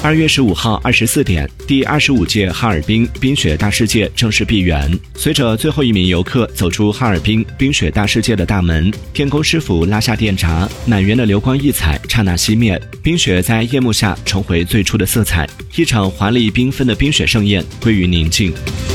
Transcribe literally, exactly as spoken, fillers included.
二月十五号二十四点，第二十五届哈尔滨冰雪大世界正式闭园。随着最后一名游客走出哈尔滨冰雪大世界的大门，电工师傅拉下电闸，满园的流光溢彩刹那熄灭，冰雪在夜幕下重回最初的色彩，一场华丽缤纷的冰雪盛宴归于宁静。